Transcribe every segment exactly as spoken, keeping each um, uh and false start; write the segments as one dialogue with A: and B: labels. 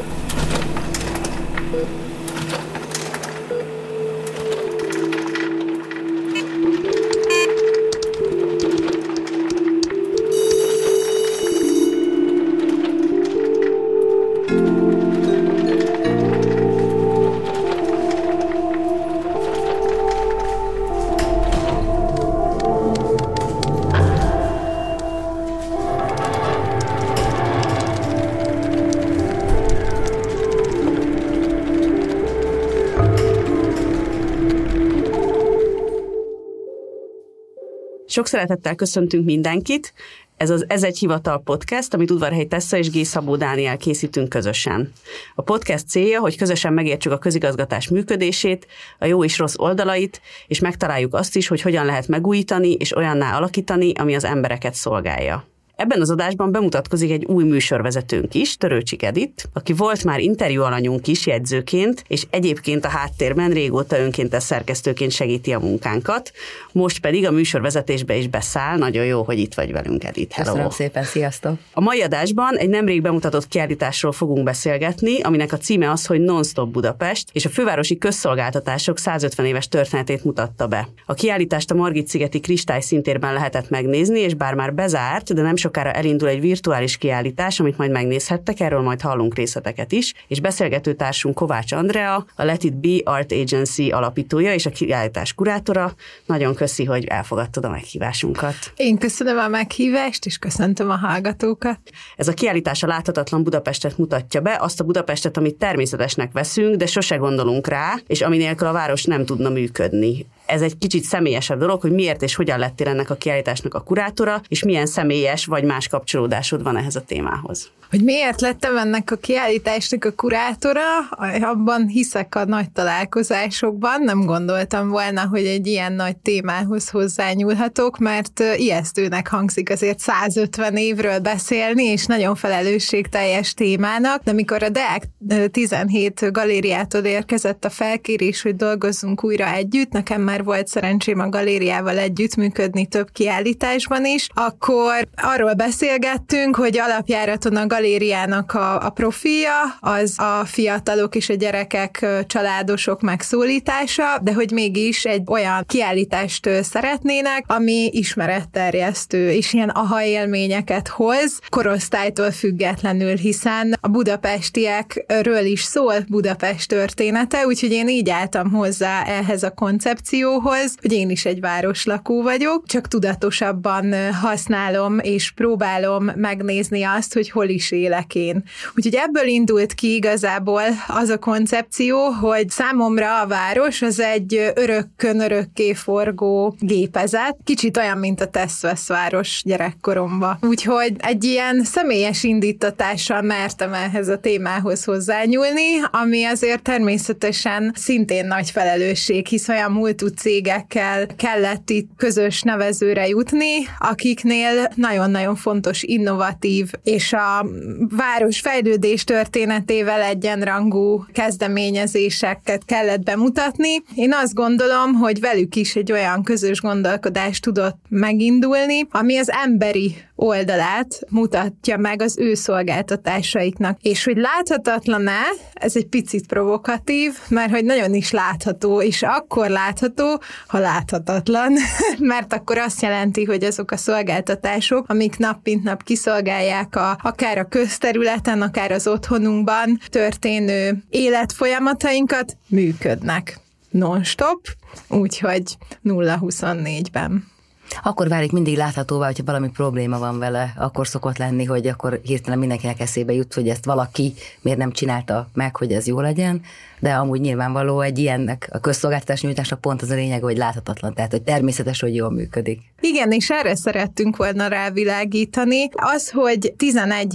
A: Sok szeretettel köszöntünk mindenkit. Ez az Ez egy hivatal podcast, amit Udvarhelyi Tessa és G. Szabó Dániel készítünk közösen. A podcast célja, hogy közösen megértsük a közigazgatás működését, a jó és rossz oldalait, és megtaláljuk azt is, hogy hogyan lehet megújítani és olyanná alakítani, ami az embereket szolgálja. Ebben az adásban bemutatkozik egy új műsorvezetőnk is, Törőcsik Edit, aki volt már interjú alanyunk is jegyzőként, és egyébként a háttérben régóta önkéntes szerkesztőként segíti a munkánkat, most pedig a műsorvezetésbe is beszáll. Nagyon jó, hogy itt vagy velünk, Edit. Hello.
B: Köszönöm szépen, sziasztok!
A: A mai adásban egy nemrég bemutatott kiállításról fogunk beszélgetni, aminek a címe az, hogy Non-Stop Budapest, és a fővárosi közszolgáltatások százötven éves történetét mutatta be. A kiállítást a Margit-szigeti Kristályszíntérben lehetett megnézni, és bár már bezárt, de nem sokára elindul egy virtuális kiállítás, amit majd megnézhettek, erről majd hallunk részleteket is, és beszélgetőtársunk Kovács Andrea, a Let It Be Art Agency alapítója és a kiállítás kurátora. Nagyon köszi, hogy elfogadtad a meghívásunkat.
C: Én köszönöm a meghívást, és köszöntöm a hallgatókat.
A: Ez a kiállítás a láthatatlan Budapestet mutatja be, azt a Budapestet, amit természetesnek veszünk, de sose gondolunk rá, és ami nélkül a város nem tudna működni. Ez egy kicsit személyesebb dolog, hogy miért és hogyan lettél ennek a kiállításnak a kurátora, és milyen személyes vagy más kapcsolódásod van ehhez a témához.
C: Hogy miért lettem ennek a kiállításnak a kurátora, abban hiszek a nagy találkozásokban, nem gondoltam volna, hogy egy ilyen nagy témához hozzányúlhatok, mert ijesztőnek hangzik azért százötven évről beszélni, és nagyon felelősségteljes témának, de amikor a Deák tizenhét galériától érkezett a felkérés, hogy dolgozzunk újra együtt, nekem már volt szerencsém a galériával együttműködni több kiállításban is, akkor arról beszélgettünk, hogy alapjáraton a galériának a, a profilja az a fiatalok és a gyerekek, családosok megszólítása, de hogy mégis egy olyan kiállítást szeretnének, ami ismeretterjesztő, és ilyen aha élményeket hoz, korosztálytól függetlenül, hiszen a budapestiekről is szól Budapest története, úgyhogy én így álltam hozzá ehhez a koncepcióhoz, hogy én is egy városlakó vagyok, csak tudatosabban használom és próbálom megnézni azt, hogy hol is élek én. Úgyhogy ebből indult ki igazából az a koncepció, hogy számomra a város az egy örökkön örökké forgó gépezet, kicsit olyan, mint a Tesz-Vesz város gyerekkoromba. Úgyhogy egy ilyen személyes indítatással mertem ehhez a témához hozzányúlni, ami azért természetesen szintén nagy felelősség, hisz olyan múltú cégekkel kellett itt közös nevezőre jutni, akiknél nagyon-nagyon fontos, innovatív és a város fejlődés történetével egyenrangú kezdeményezéseket kellett bemutatni. Én azt gondolom, hogy velük is egy olyan közös gondolkodás tudott megindulni, ami az emberi oldalát mutatja meg az ő szolgáltatásaiknak. És hogy láthatatlan-e, ez egy picit provokatív, mert hogy nagyon is látható, és akkor látható, ha láthatatlan, mert akkor azt jelenti, hogy azok a szolgáltatások, amik nap mint nap kiszolgálják a, akár a közterületen, akár az otthonunkban történő életfolyamatainkat, működnek non-stop, úgyhogy nulla huszonnégyben.
B: Akkor válik mindig láthatóvá, hogyha valami probléma van vele, akkor szokott lenni, hogy akkor hirtelen mindenkinek eszébe jut, hogy ezt valaki miért nem csinálta meg, hogy ez jó legyen, de amúgy nyilvánvaló egy ilyennek a közszolgáltatás nyújtásnak pont az a lényeg, hogy láthatatlan, tehát hogy természetes, hogy jól működik.
C: Igen, és erre szerettünk volna rávilágítani. Az, hogy tizenegy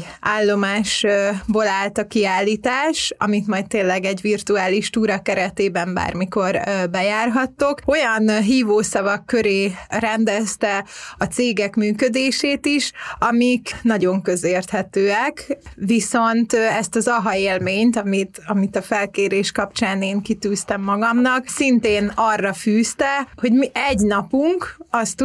C: állomásból állt a kiállítás, amit majd tényleg egy virtuális túra keretében bármikor bejárhattok, olyan hívószavak köré rendezte a cégek működését is, amik nagyon közérthetőek, viszont ezt az aha élményt, amit, amit a felkérés kapcsán én kitűztem magamnak, szintén arra fűzte, hogy mi egy napunk, az tulajdonképpen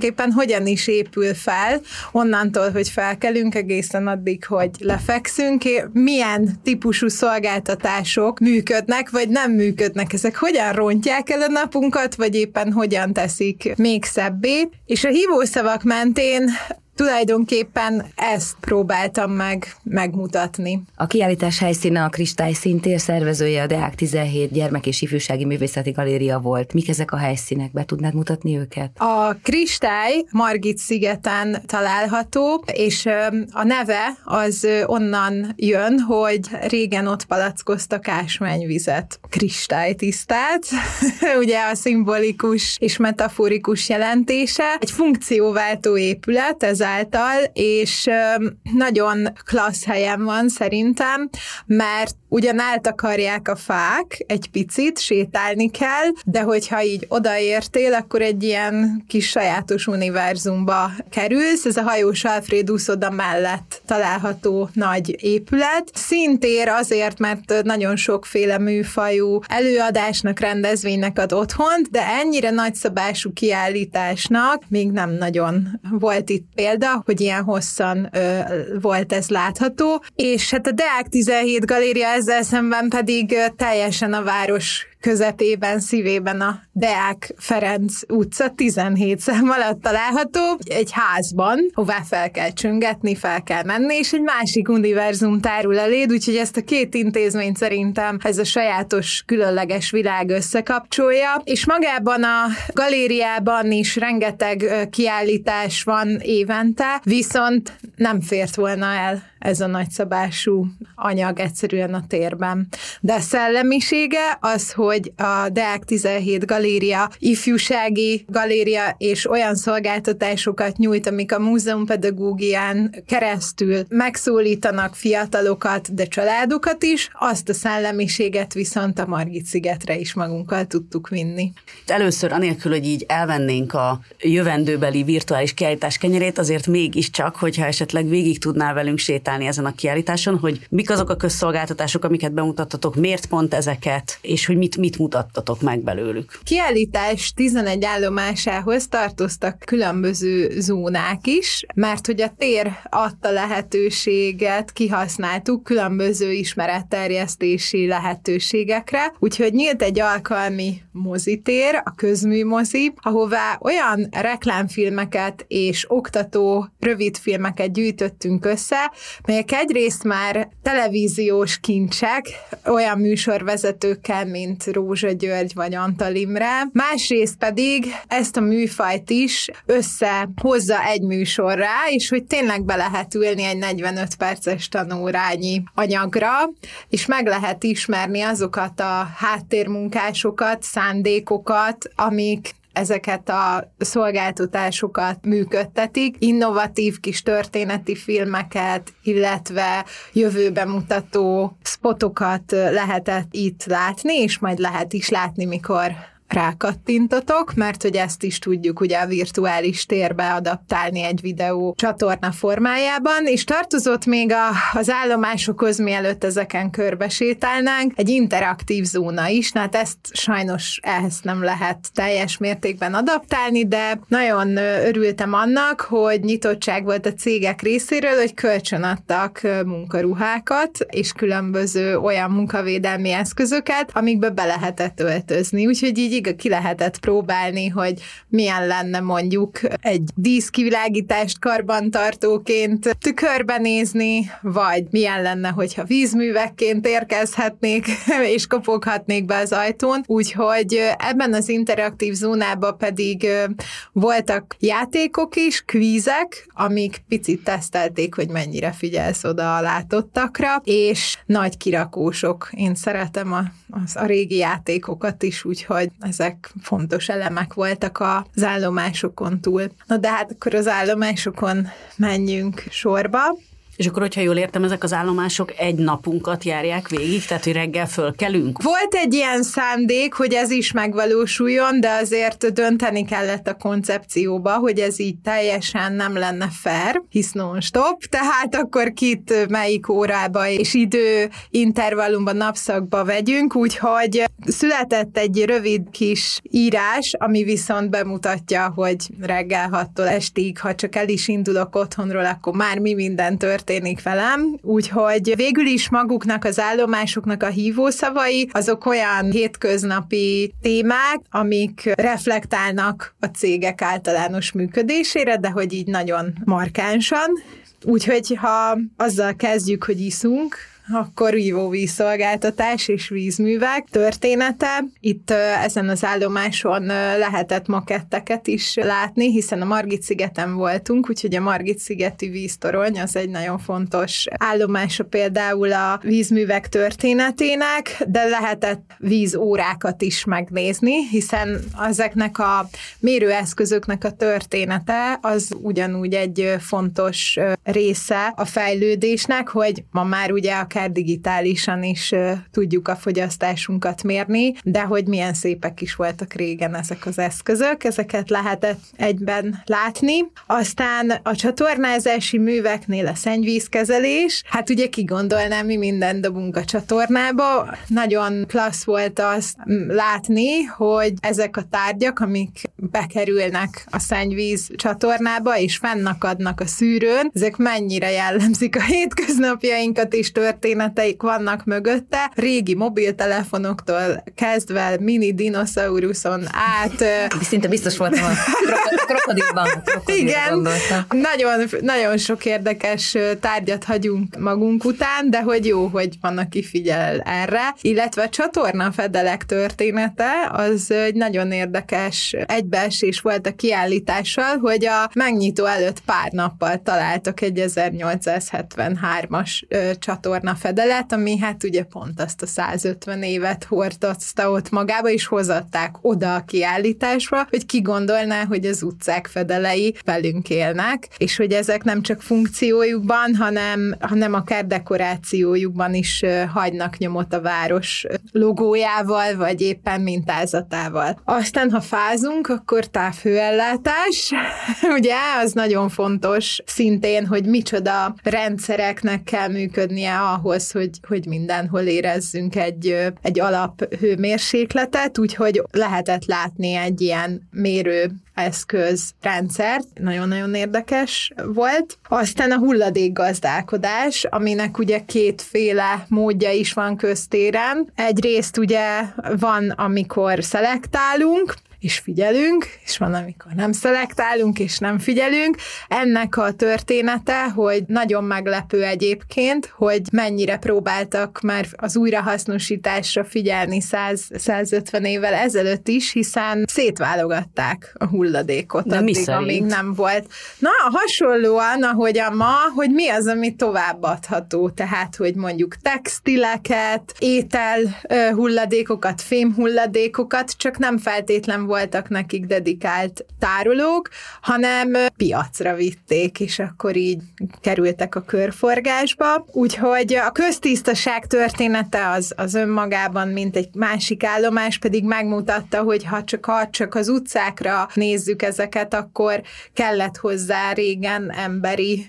C: tulajdonképpen hogyan is épül fel, onnantól, hogy felkelünk egészen addig, hogy lefekszünk, milyen típusú szolgáltatások működnek, vagy nem működnek. Ezek hogyan rontják el a napunkat, vagy éppen hogyan teszik még szebbé. És a hívószavak mentén tulajdonképpen ezt próbáltam meg megmutatni.
B: A kiállítás helyszíne a Kristály Színtér, szervezője a Deák tizenhét Gyermek- és Ifjúsági Művészeti Galéria volt. Mik ezek a helyszínek? Be tudnád mutatni őket?
C: A Kristály Margit-szigeten található, és a neve az onnan jön, hogy régen ott palackoztak ásványvizet. Kristálytisztát, ugye a szimbolikus és metaforikus jelentése. Egy funkcióváltó épület, ez által, és nagyon klassz helyen van szerintem, mert ugyan eltakarják a fák egy picit, sétálni kell, de hogyha így odaértél, akkor egy ilyen kis sajátos univerzumba kerülsz. Ez a Hajós Alfréd úszoda mellett található nagy épület. Színtér azért, mert nagyon sokféle műfajú előadásnak, rendezvénynek ad otthont, de ennyire nagyszabású kiállításnak még nem nagyon volt itt példa, hogy ilyen hosszan ö, volt ez látható, és hát a Deák tizenhét Galéria ezzel szemben pedig ö, teljesen a város közepében, szívében a Deák Ferenc utca tizenhét szám alatt található, egy házban, hová fel kell csöngetni, fel kell menni, és egy másik univerzum tárul eléd, úgyhogy ezt a két intézményt szerintem ez a sajátos, különleges világ összekapcsolja, és magában a galériában is rengeteg kiállítás van évente, viszont nem fért volna el ez a nagyszabású anyag egyszerűen a térben. De a szellemisége az, hogy a Deák tizenhét Galéria ifjúsági galéria és olyan szolgáltatásokat nyújt, amik a múzeumpedagógián keresztül megszólítanak fiatalokat, de családokat is, azt a szellemiséget viszont a Margit-szigetre is magunkkal tudtuk vinni.
A: Először anélkül, hogy így elvennénk a jövendőbeli virtuális kiállítás kenyerét, azért mégiscsak, hogyha esetleg végig tudnál velünk sétálni ezen a kiállításon, hogy mik azok a közszolgáltatások, amiket bemutattatok, miért pont ezeket, és hogy mit, mit mutattatok meg belőlük.
C: Kiállítás tizenegy állomásához tartoztak különböző zónák is, mert hogy a tér adta lehetőséget kihasználtuk különböző ismeretterjesztési lehetőségekre, úgyhogy nyílt egy alkalmi mozitér, a közműmozi, ahová olyan reklámfilmeket és oktató rövidfilmeket gyűjtöttünk össze, melyek egyrészt már televíziós kincsek, olyan műsorvezetőkkel, mint Rózsa György vagy Antal Imre, másrészt pedig ezt a műfajt is összehozza egy műsorrá, és hogy tényleg be lehet ülni egy negyvenöt perces tanórányi anyagra, és meg lehet ismerni azokat a háttérmunkásokat, szándékokat, amik ezeket a szolgáltatásokat működtetik, innovatív kis történeti filmeket, illetve jövőbe mutató spotokat lehetett itt látni, és majd lehet is látni, mikor rákattintotok, mert hogy ezt is tudjuk ugye a virtuális térbe adaptálni egy videó csatorna formájában, és tartozott még a, az állomásokhoz, mielőtt ezeken körbesétálnánk, egy interaktív zóna is, na hát ezt sajnos ehhez nem lehet teljes mértékben adaptálni, de nagyon örültem annak, hogy nyitottság volt a cégek részéről, hogy kölcsönadtak munkaruhákat, és különböző olyan munkavédelmi eszközöket, amikbe be lehetett öltözni, úgyhogy így ki lehetett próbálni, hogy milyen lenne mondjuk egy díszkivilágítást karbantartóként tükörben nézni, vagy milyen lenne, hogyha vízművekként érkezhetnék, és kopoghatnék be az ajtón. Úgyhogy ebben az interaktív zónában pedig voltak játékok is, kvízek, amik picit tesztelték, hogy mennyire figyelsz oda a látottakra, és nagy kirakósok. Én szeretem a, az, a régi játékokat is, úgyhogy ezek fontos elemek voltak az állomásokon túl. Na de hát akkor az állomásokon menjünk sorba.
A: És akkor, hogyha jól értem, ezek az állomások egy napunkat járják végig, tehát hogy reggel fölkelünk?
C: Volt egy ilyen szándék, hogy ez is megvalósuljon, de azért dönteni kellett a koncepcióba, hogy ez így teljesen nem lenne fair, hisz non-stop, tehát akkor kit melyik órába és idő intervallumban, napszakba vegyünk, úgyhogy született egy rövid kis írás, ami viszont bemutatja, hogy reggel hattól estig, ha csak el is indulok otthonról, akkor már mi minden történik velem, úgyhogy végül is maguknak az állomásoknak a hívószavai, azok olyan hétköznapi témák, amik reflektálnak a cégek általános működésére, de hogy így nagyon markánsan. Úgyhogy ha azzal kezdjük, hogy iszunk, akkor ivóvízszolgáltatás és vízművek története. Itt ezen az állomáson lehetett maketteket is látni, hiszen a Margit-szigeten voltunk, úgyhogy a Margit-szigeti víztorony az egy nagyon fontos állomása például a vízművek történetének, de lehetett vízórákat is megnézni, hiszen ezeknek a mérőeszközöknek a története az ugyanúgy egy fontos része a fejlődésnek, hogy ma már ugye a akár digitálisan is uh, tudjuk a fogyasztásunkat mérni, de hogy milyen szépek is voltak régen ezek az eszközök, ezeket lehetett egyben látni. Aztán a csatornázási műveknél a szennyvízkezelés, hát ugye ki gondolná, mi mindent dobunk a csatornába. Nagyon klassz volt az látni, hogy ezek a tárgyak, amik bekerülnek a szennyvíz csatornába, és fennakadnak a szűrőn, ezek mennyire jellemzik a hétköznapjainkat, és történeteik vannak mögötte, régi mobiltelefonoktól kezdve mini dinoszauruszon át.
B: Szinte biztos voltam a krokodilban.
C: Igen, nagyon, nagyon sok érdekes tárgyat hagyunk magunk után, de hogy jó, hogy van, aki figyel erre. Illetve a csatornafedelek története, az egy nagyon érdekes egybeesés volt a kiállítással, hogy a megnyitó előtt pár nappal találtak egy ezernyolcszázhetvenhármas csatornafedelet, ami hát ugye pont azt a százötven évet hordozta ott magába, és hozatták oda a kiállításba, hogy ki gondolná, hogy az utcák fedelei velünk élnek, és hogy ezek nem csak funkciójukban, hanem, hanem akár dekorációjukban is hagynak nyomot a város logójával, vagy éppen mintázatával. Aztán, ha fázunk, akkor távhőellátás. Ugye, az nagyon fontos szintén, hogy micsoda rendszereknek kell működnie ahhoz, hogy, hogy mindenhol érezzünk egy, egy alaphőmérsékletet, úgyhogy lehetett látni egy ilyen mérő eszközrendszert, nagyon-nagyon érdekes volt. Aztán a hulladékgazdálkodás, aminek ugye kétféle módja is van köztéren. Egyrészt ugye van, amikor szelektálunk, és figyelünk, és van, amikor nem szelektálunk, és nem figyelünk. Ennek a története, hogy nagyon meglepő egyébként, hogy mennyire próbáltak már az újrahasznosításra figyelni száz-százötven évvel ezelőtt is, hiszen szétválogatták a hulladékot
A: de
C: addig, amíg nem volt. Na, hasonlóan, ahogy a ma, hogy mi az, ami továbbadható, tehát, hogy mondjuk textileket, étel hulladékokat, fém hulladékokat, csak nem feltétlen voltak nekik dedikált tárolók, hanem piacra vitték, és akkor így kerültek a körforgásba. Úgyhogy a köztisztaság története az, az önmagában, mint egy másik állomás, pedig megmutatta, hogy ha csak, ha csak az utcákra nézzük ezeket, akkor kellett hozzá régen emberi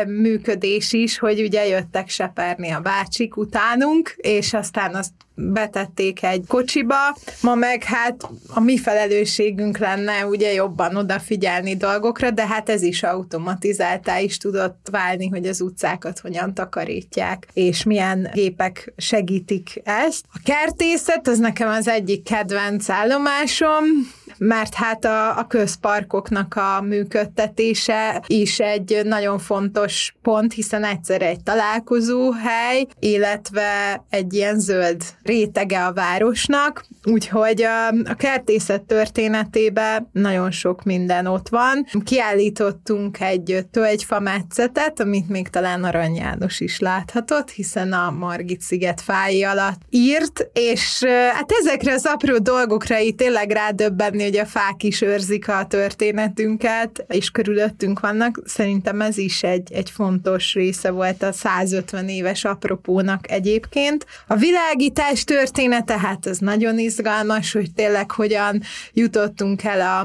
C: működés is, hogy ugye jöttek seperni a bácsik utánunk, és aztán azt betették egy kocsiba, ma meg hát a mi felelősségünk lenne ugye jobban odafigyelni dolgokra, de hát ez is automatizáltá is tudott válni, hogy az utcákat hogyan takarítják, és milyen gépek segítik ezt. A kertészet, az nekem az egyik kedvenc állomásom, mert hát a, a közparkoknak a működtetése is egy nagyon fontos pont, hiszen egyszerre egy találkozóhely, illetve egy ilyen zöld rétege a városnak, úgyhogy a, a kertészet történetében nagyon sok minden ott van. Kiállítottunk egy tölgyfametszetet, amit még talán Arany János is láthatott, hiszen a Margit-sziget fái alatt írt, és hát ezekre az apró dolgokra így tényleg rádöbbenni, hogy a fák is őrzik a történetünket, és körülöttünk vannak. Szerintem ez is egy, egy fontos része volt a százötven éves apropónak egyébként. A világítás története, hát ez nagyon izgalmas, hogy tényleg hogyan jutottunk el a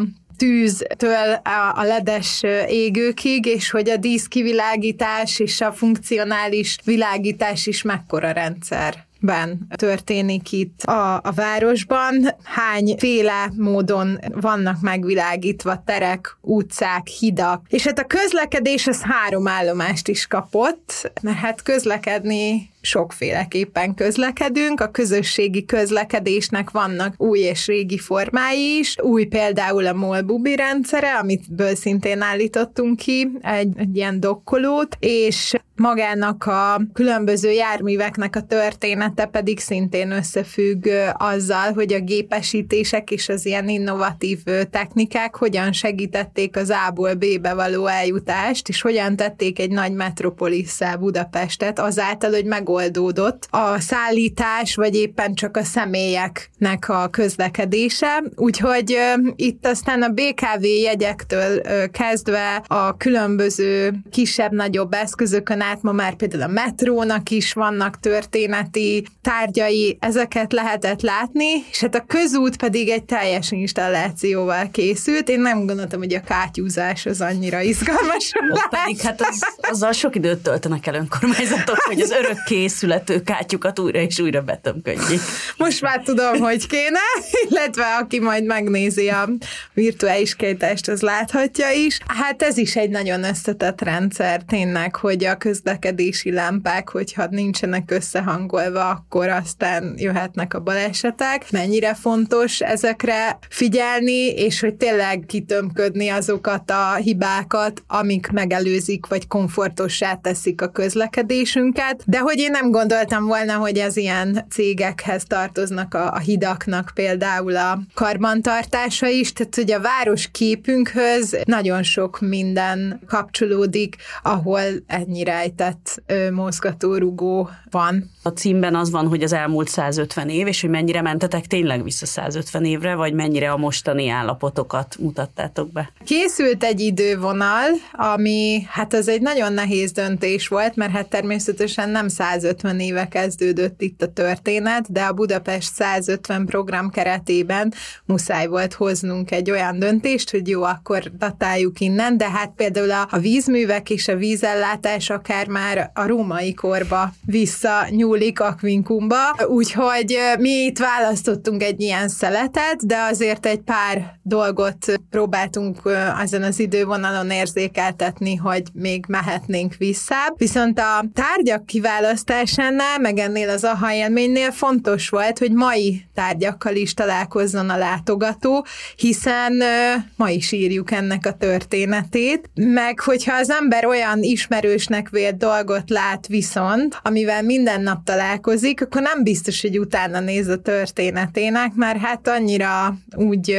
C: tűztől a ledes égőkig, és hogy a díszkivilágítás és a funkcionális világítás is mekkora rendszer ben történik itt a, a városban. Hányféle módon vannak megvilágítva terek, utcák, hidak. És hát a közlekedés az három állomást is kapott, mert hát közlekedni sokféleképpen közlekedünk, a közösségi közlekedésnek vannak új és régi formái is, új például a MOL-bubi rendszere, amitből szintén állítottunk ki egy, egy ilyen dokkolót, és magának a különböző járműveknek a története pedig szintén összefügg azzal, hogy a gépesítések és az ilyen innovatív technikák hogyan segítették az A-ból B-be való eljutást, és hogyan tették egy nagy metropolisszá Budapestet azáltal, hogy megoldódott a szállítás, vagy éppen csak a személyeknek a közlekedése. Úgyhogy uh, itt aztán a bé ká vé jegyektől uh, kezdve a különböző kisebb-nagyobb eszközökön át, ma már például a metrónak is vannak történeti tárgyai, ezeket lehetett látni, és hát a közút pedig egy teljes installációval készült. Én nem gondoltam, hogy a kátyúzás az annyira izgalmas.
A: Ott pedig hát az, azzal sok időt töltenek el önkormányzatok, hogy az örök készülető kátyukat újra és újra betömködjék.
C: Most már tudom, hogy kéne, illetve aki majd megnézi a virtuális kiállítást, az láthatja is. Hát ez is egy nagyon összetett rendszer tényleg, hogy a közlekedési lámpák, hogyha nincsenek összehangolva, akkor aztán jöhetnek a balesetek. Mennyire fontos ezekre figyelni, és hogy tényleg kitömködni azokat a hibákat, amik megelőzik, vagy komfortossá teszik a közlekedésünket. De hogy én nem gondoltam volna, hogy az ilyen cégekhez tartoznak a, a hidaknak például a karbantartása is, tehát hogy a város képünkhöz nagyon sok minden kapcsolódik, ahol ennyi rejtett ö, mozgatórugó van.
A: A címben az van, hogy az elmúlt százötven év, és hogy mennyire mentetek tényleg vissza százötven évre, vagy mennyire a mostani állapotokat mutattátok be?
C: Készült egy idővonal, ami hát az egy nagyon nehéz döntés volt, mert hát természetesen nem százötven éve kezdődött itt a történet, de a Budapest százötven program keretében muszáj volt hoznunk egy olyan döntést, hogy jó, akkor datáljuk innen, de hát például a, a vízművek és a vízellátás akár már a római korba visszanyúlik Aquincumba, úgyhogy mi itt választottunk egy ilyen szeletet, de azért egy pár dolgot próbáltunk ezen az idővonalon érzékeltetni, hogy még mehetnénk vissza. Viszont a tárgyak kiválasztásánál, meg ennél az aha élménynél fontos volt, hogy mai tárgyakkal is találkozzon a látogató, hiszen ma is írjuk ennek a történetét, meg hogyha az ember olyan ismerősnek vélt dolgot lát viszont, amivel minden nap találkozik, akkor nem biztos, hogy utána néz a történetének, mert hát annyira úgy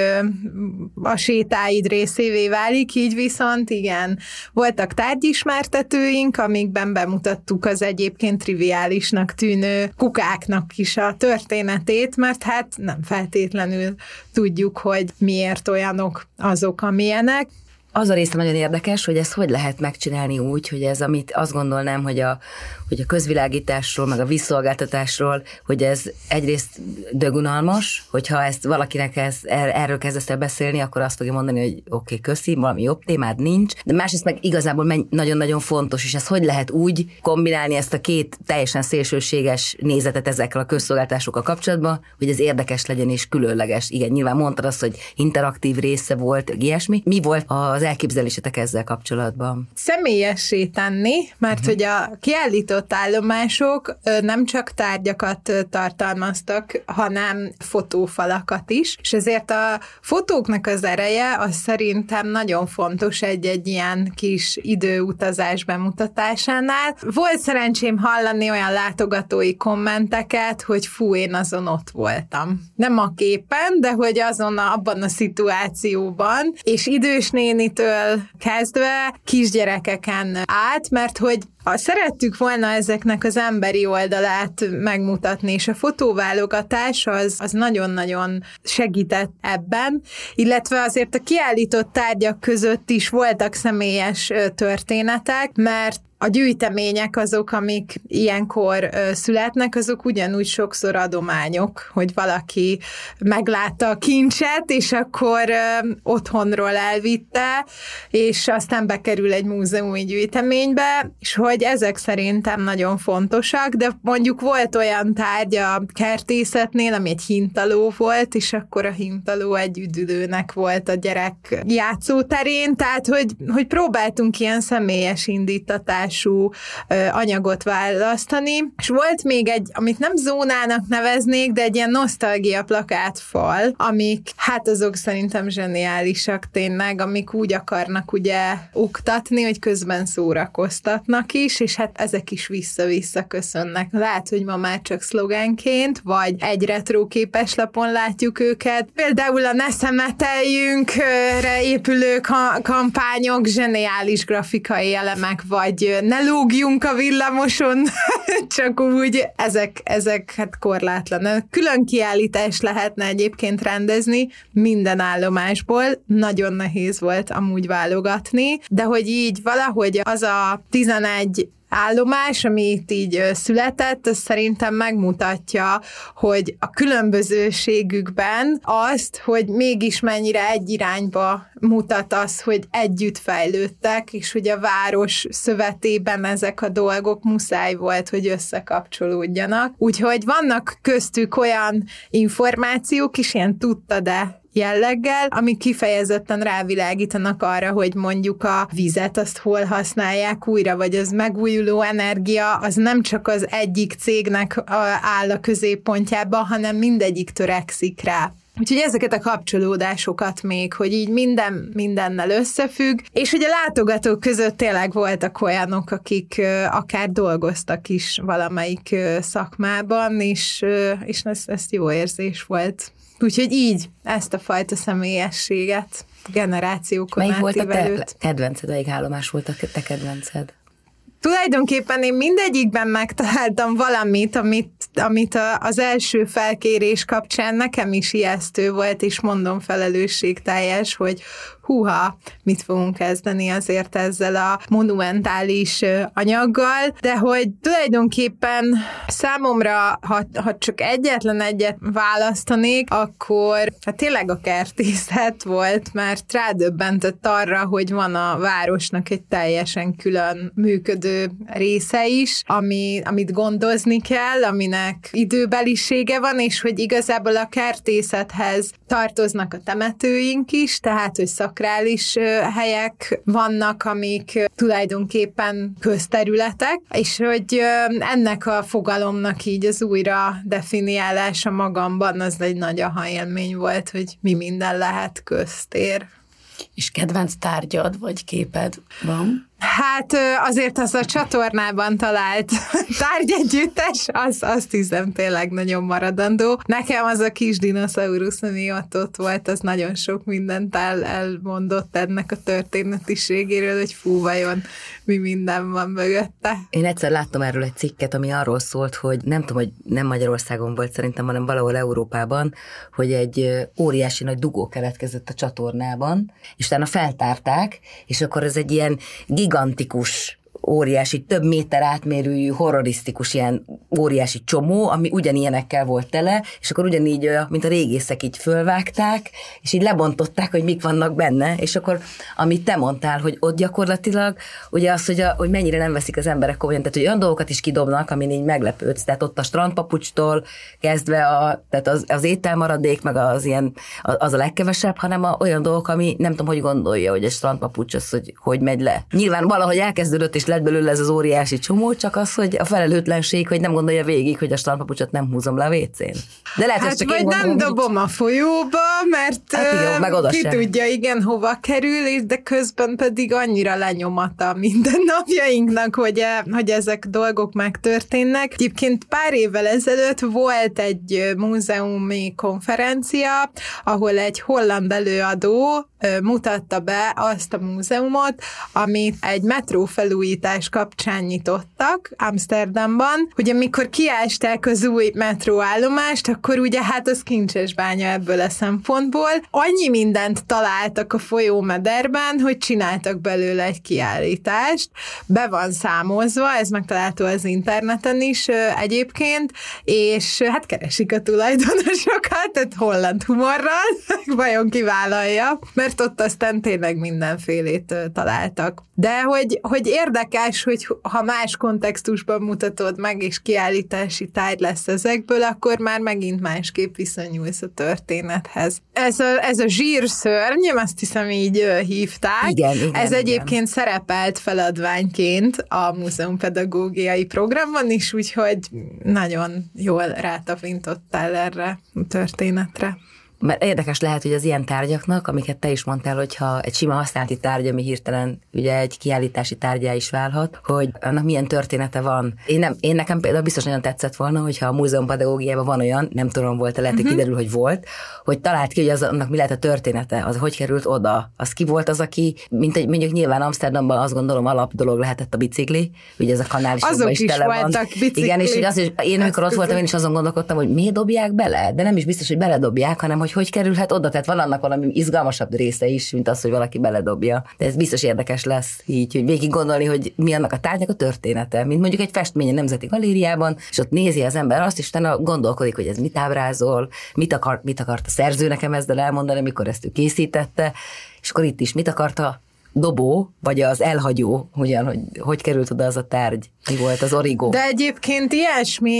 C: a sétáid részévé válik, így viszont igen, voltak tárgyismertetőink, amikben bemutattuk az egyébként triviálisnak tűnő kukáknak is a történetét, mert hát nem feltétlenül tudjuk, hogy miért olyanok azok, amilyenek.
B: Az a része nagyon érdekes, hogy ezt hogy lehet megcsinálni úgy, hogy ez, amit azt gondolnám, hogy a, hogy a közvilágításról, meg a vízszolgáltatásról, hogy ez egyrészt dögunalmas, hogyha ezt valakinek ez, erről kezdesz el beszélni, akkor azt fogja mondani, hogy oké, okay, köszi, valami jobb témád nincs, de másrészt meg igazából nagyon-nagyon fontos, és ez hogy lehet úgy kombinálni ezt a két teljesen szélsőséges nézetet ezekkel a közszolgáltatásokkal kapcsolatban, hogy ez érdekes legyen és különleges. Igen, nyilván mondtad azt, hogy interaktív része volt, ilyesmi. Mi volt az elképzelésetek ezzel kapcsolatban?
C: Személyessé tenni, mert uh-huh. hogy a kiállított állomások nem csak tárgyakat tartalmaztak, hanem fotófalakat is, és ezért a fotóknak az ereje az szerintem nagyon fontos egy-egy ilyen kis időutazás bemutatásánál. Volt szerencsém hallani olyan látogatói kommenteket, hogy fú, én azon ott voltam. Nem a képen, de hogy azon a, abban a szituációban, és idős nénitől kezdve kisgyerekeken át, mert hogy szerettük volna ezeknek az emberi oldalát megmutatni, és a fotóválogatás az, az nagyon-nagyon segített ebben, illetve azért a kiállított tárgyak között is voltak személyes történetek, mert a gyűjtemények azok, amik ilyenkor ö, születnek, azok ugyanúgy sokszor adományok, hogy valaki meglátta a kincset, és akkor ö, otthonról elvitte, és aztán bekerül egy múzeumi gyűjteménybe, és hogy ezek szerintem nagyon fontosak, de mondjuk volt olyan tárgy a kertészetnél, ami egy hintaló volt, és akkor a hintaló egy üdülőnek volt a gyerek játszóterén, tehát hogy, hogy próbáltunk ilyen személyes indítatású anyagot választani, és volt még egy, amit nem zónának neveznék, de egy ilyen nosztalgia plakátfal, amik, hát azok szerintem zseniálisak tényleg, amik úgy akarnak ugye oktatni, hogy közben szórakoztatnak is, és hát ezek is vissza-vissza köszönnek. Lehet, hogy ma már csak szlogánként, vagy egy retro képeslapon látjuk őket. Például a Ne szemeteljünkre épülő kampányok, zseniális grafikai elemek, vagy ne lógjunk a villamoson, csak úgy, ezek, ezek hát korlátlan. Külön kiállítást lehetne egyébként rendezni minden állomásból, nagyon nehéz volt amúgy válogatni, de hogy így valahogy az a tizenegy állomás, ami itt így született, az szerintem megmutatja, hogy a különbözőségükben azt, hogy mégis mennyire egy irányba mutat az, hogy együtt fejlődtek, és hogy a város szövetében ezek a dolgok muszáj volt, hogy összekapcsolódjanak. Úgyhogy vannak köztük olyan információk is, ilyen tudta-e jelleggel, amik kifejezetten rávilágítanak arra, hogy mondjuk a vizet azt hol használják újra, vagy az megújuló energia, az nem csak az egyik cégnek áll a középpontjában, hanem mindegyik törekszik rá. Úgyhogy ezeket a kapcsolódásokat még, hogy így minden mindennel összefügg, és ugye a látogatók között tényleg voltak olyanok, akik akár dolgoztak is valamelyik szakmában, és, és ez, ez jó érzés volt. Úgyhogy így ezt a fajta személyességet generációkon
B: Melyik volt a te
C: kedvenced?
B: Melyik állomás volt a te kedvenced?
C: Tulajdonképpen én mindegyikben megtaláltam valamit, amit, amit a, az első felkérés kapcsán nekem is ijesztő volt, és mondom felelősségteljes, hogy húha, mit fogunk kezdeni azért ezzel a monumentális anyaggal, de hogy tulajdonképpen számomra, ha, ha csak egyetlen egyet választanék, akkor hát tényleg a kertészet volt, mert rádöbbentett arra, hogy van a városnak egy teljesen külön működő része is, ami, amit gondozni kell, aminek időbelisége van, és hogy igazából a kertészethez tartoznak a temetőink is, tehát, hogy szakrális helyek vannak, amik tulajdonképpen közterületek, és hogy ennek a fogalomnak így az újra definiálása magamban az egy nagy aha élmény volt, hogy mi minden lehet köztér.
D: És kedvenc tárgyad vagy képed van?
C: Hát azért az a csatornában talált tárgyegyüttes, az, azt hiszem tényleg nagyon maradandó. Nekem az a kis dinoszaurusz, ami ott, ott volt, az nagyon sok mindent el, elmondott ennek a történetiségéről, hogy fú, vajon mi minden van mögötte.
B: Én egyszer láttam erről egy cikket, ami arról szólt, hogy nem tudom, hogy nem Magyarországon volt szerintem, hanem valahol Európában, hogy egy óriási nagy dugó keletkezett a csatornában, és utána feltárták, és akkor ez egy ilyen gigantikus, óriási, több méter átmérőjű, horrorisztikus ilyen óriási csomó, ami ugyanilyenekkel volt tele, és akkor ugyanígy, mint a régészek így fölvágták, és így lebontották, hogy mik vannak benne, és akkor, amit te mondtál, hogy ott gyakorlatilag, ugye az, hogy, a, hogy mennyire nem veszik az emberek komolyan, tehát hogy olyan dolgokat is kidobnak, amin így meglepődsz, tehát ott a strandpapucstól kezdve, a, tehát az, az ételmaradék, meg az ilyen, az a legkevesebb, hanem a, olyan dolgok, ami nem tudom, hogy gondolja, hogy egy strandpapucs az, hogy hogy megy le. Nyilván valahogy elkezdődött, és lett belőle ez az óriási csomó, csak az, hogy a felelőtlenség, hogy nem gondolja végig, hogy a strandpapucsot nem húzom le a vécén. De lehet,
C: hát
B: csak
C: vagy
B: gondolom,
C: nem dobom a folyóba, mert
B: hát igen, meg oda
C: ki
B: sem.
C: tudja, igen, hova kerül, de közben pedig annyira lenyomata minden napjainknak, hogy, hogy ezek dolgok megtörténnek. Egyébként pár évvel ezelőtt volt egy múzeumi konferencia, ahol egy holland előadó mutatta be azt a múzeumot, amit egy metrófelújítás kiállítás kapcsán nyitottak Amsterdamban, hogy amikor kiásták az új metróállomást, akkor ugye hát az kincses bánya ebből a szempontból. Annyi mindent találtak a folyómederben, hogy csináltak belőle egy kiállítást. Be van számolva, ez megtalálható az interneten is egyébként, és hát keresik a tulajdonosokat, tehát holland humorral, vajon kivállalja, mert ott aztán tényleg mindenfélét találtak. De hogy, hogy érdekes, hogy ha más kontextusban mutatod meg, és kiállítási tárgy lesz ezekből, akkor már megint másképp viszonyulsz a történethez. Ez a, ez a zsírszörny, azt hiszem így hívták,
B: igen, igen,
C: ez
B: igen.
C: egyébként szerepelt feladványként a múzeumpedagógiai programban is, úgyhogy nagyon jól rátapintottál erre a történetre.
B: Mert érdekes lehet, hogy az ilyen tárgyaknak, amiket te is mondtál, hogyha egy sima használati tárgy, ami hirtelen ugye egy kiállítási tárgyá is válhat, hogy annak milyen története van. Én, nem, én nekem például biztos nagyon tetszett volna, hogyha a múzeumpedagógiában van olyan, nem tudom, volt-e, lehet, hogy uh-huh. kiderül, hogy volt, hogy talált ki, hogy az, annak mi lehet a története, az hogy került oda, az ki volt az, aki, mint egy, mondjuk nyilván Amsterdamban azt gondolom alap dolog lehetett a bicikli, ugye ez a kanál is,
C: azok
B: is,
C: is
B: tele van.
C: bicikli.
B: Igen, és az, hogy én amikor ott voltam, én is azon gondolkodtam, hogy miért dobják bele, de nem is biztos, hogy beledobják, hanem hogy hogy kerülhet oda, tehát van annak valami izgalmasabb része is, mint az, hogy valaki beledobja. De ez biztos érdekes lesz így, hogy végig gondolni, hogy mi annak a tárgynak a története, mint mondjuk egy festmény a Nemzeti Galériában, és ott nézi az ember azt, és utána gondolkodik, hogy ez mit ábrázol, mit, akar, mit akart a szerző nekem ezzel elmondani, amikor ezt ő készítette, és akkor itt is mit akart a dobó, vagy az elhagyó, ugyan, hogy hogy került oda az a tárgy, mi volt az origó.
C: De egyébként ilyesmi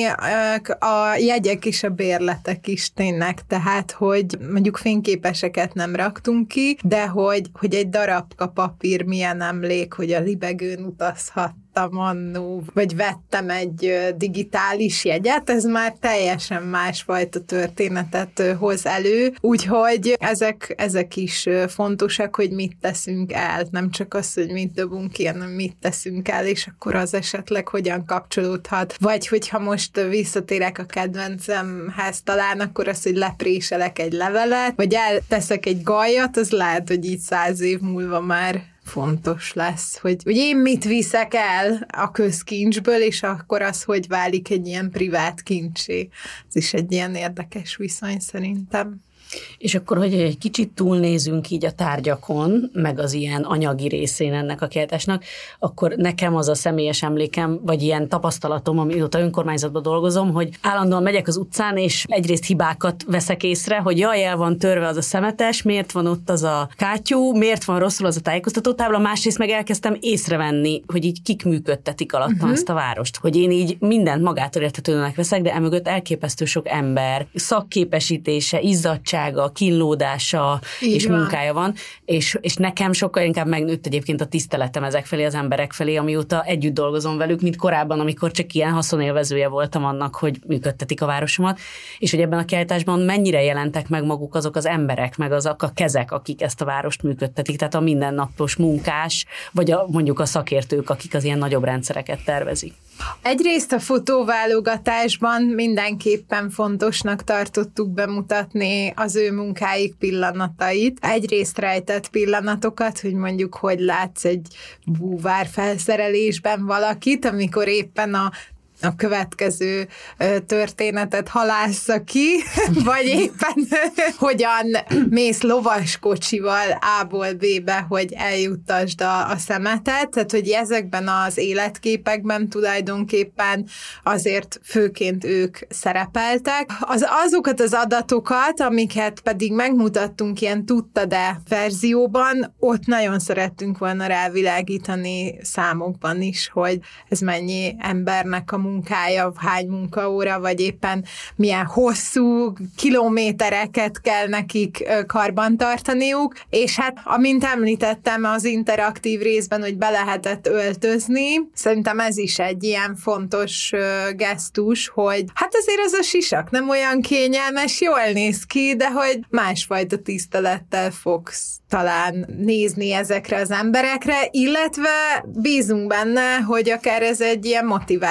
C: a jegyek és a bérletek is tényleg, tehát, hogy mondjuk fényképeseket nem raktunk ki, de hogy, hogy egy darabka papír milyen emlék, hogy a libegőn utazhat annó, vagy vettem egy digitális jegyet, ez már teljesen másfajta történetet hoz elő, úgyhogy ezek, ezek is fontosak, hogy mit teszünk el, nem csak az, hogy mit dobunk ki, hanem mit teszünk el, és akkor az esetleg hogyan kapcsolódhat. Vagy hogyha most visszatérek a kedvencemhez talán, akkor az, hogy lepréselek egy levelet, vagy elteszek egy gajat, az lehet, hogy így száz év múlva már fontos lesz, hogy, hogy én mit viszek el a közkincsből, és akkor az, hogy válik egy ilyen privát kincsé. Ez is egy ilyen érdekes viszony szerintem.
D: És akkor, hogy egy kicsit túlnézünk így a tárgyakon, meg az ilyen anyagi részén ennek a kiállításnak, akkor nekem az a személyes emlékem, vagy ilyen tapasztalatom, amióta önkormányzatban dolgozom, hogy állandóan megyek az utcán, és egyrészt hibákat veszek észre, hogy jaj, el van törve az a szemetes, miért van ott az a kátyú, miért van rosszul az a tájékoztatótábla, másrészt meg elkezdtem észrevenni, hogy így kik működtetik alattam uh-huh. ezt a várost. Hogy én így mindent magától értetődőnek veszek, de emögött elképesztő sok ember, szakképesítése, izzadság, a kínlódása így és van. Munkája van, és, és nekem sokkal inkább megnőtt egyébként a tiszteletem ezek felé, az emberek felé, amióta együtt dolgozom velük, mint korábban, amikor csak ilyen haszonélvezője voltam annak, hogy működtetik a városomat, és hogy ebben a kiállításban mennyire jelentek meg maguk azok az emberek, meg azok a kezek, akik ezt a várost működtetik, tehát a mindennapos munkás, vagy a, mondjuk a szakértők, akik az ilyen nagyobb rendszereket tervezik.
C: Egyrészt a fotóválogatásban mindenképpen fontosnak tartottuk bemutatni az ő munkáik pillanatait. Egyrészt rejtett pillanatokat, hogy mondjuk hogy látsz egy búvár felszerelésben valakit, amikor éppen a a következő történetet halásza ki, vagy éppen hogyan mész lovaskocsival A-ból B-be, hogy eljuttasd a, a szemetet, tehát hogy ezekben az életképekben tulajdonképpen azért főként ők szerepeltek. Az, azokat az adatokat, amiket pedig megmutattunk ilyen tudta-e verzióban, ott nagyon szerettünk volna rávilágítani számokban is, hogy ez mennyi embernek a munkája, hány munkaóra, vagy éppen milyen hosszú kilométereket kell nekik karbantartaniuk, és hát, amint említettem az interaktív részben, hogy be lehetett öltözni, szerintem ez is egy ilyen fontos gesztus, hogy hát azért az a sisak nem olyan kényelmes, jól néz ki, de hogy másfajta tisztelettel fogsz talán nézni ezekre az emberekre, illetve bízunk benne, hogy akár ez egy ilyen motiváció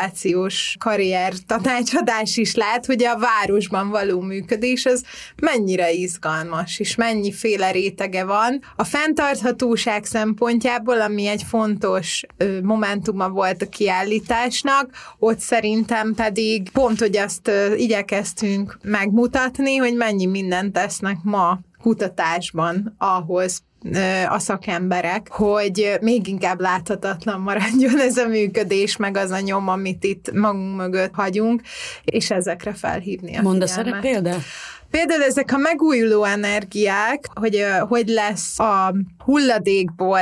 C: kapcsolatos karrier tanácsadás is lehet, hogy a városban való működés az mennyire izgalmas, és mennyiféle rétege van. A fenntarthatóság szempontjából, ami egy fontos ö, momentuma volt a kiállításnak, ott szerintem pedig pont, hogy azt ö, igyekeztünk megmutatni, hogy mennyi mindent tesznek ma kutatásban ahhoz a szakemberek, hogy még inkább láthatatlan maradjon ez a működés, meg az a nyom, amit itt magunk mögött hagyunk, és ezekre felhívni a
D: Mondasz erre példát?
C: Például ezek a megújuló energiák, hogy hogy lesz a hulladékból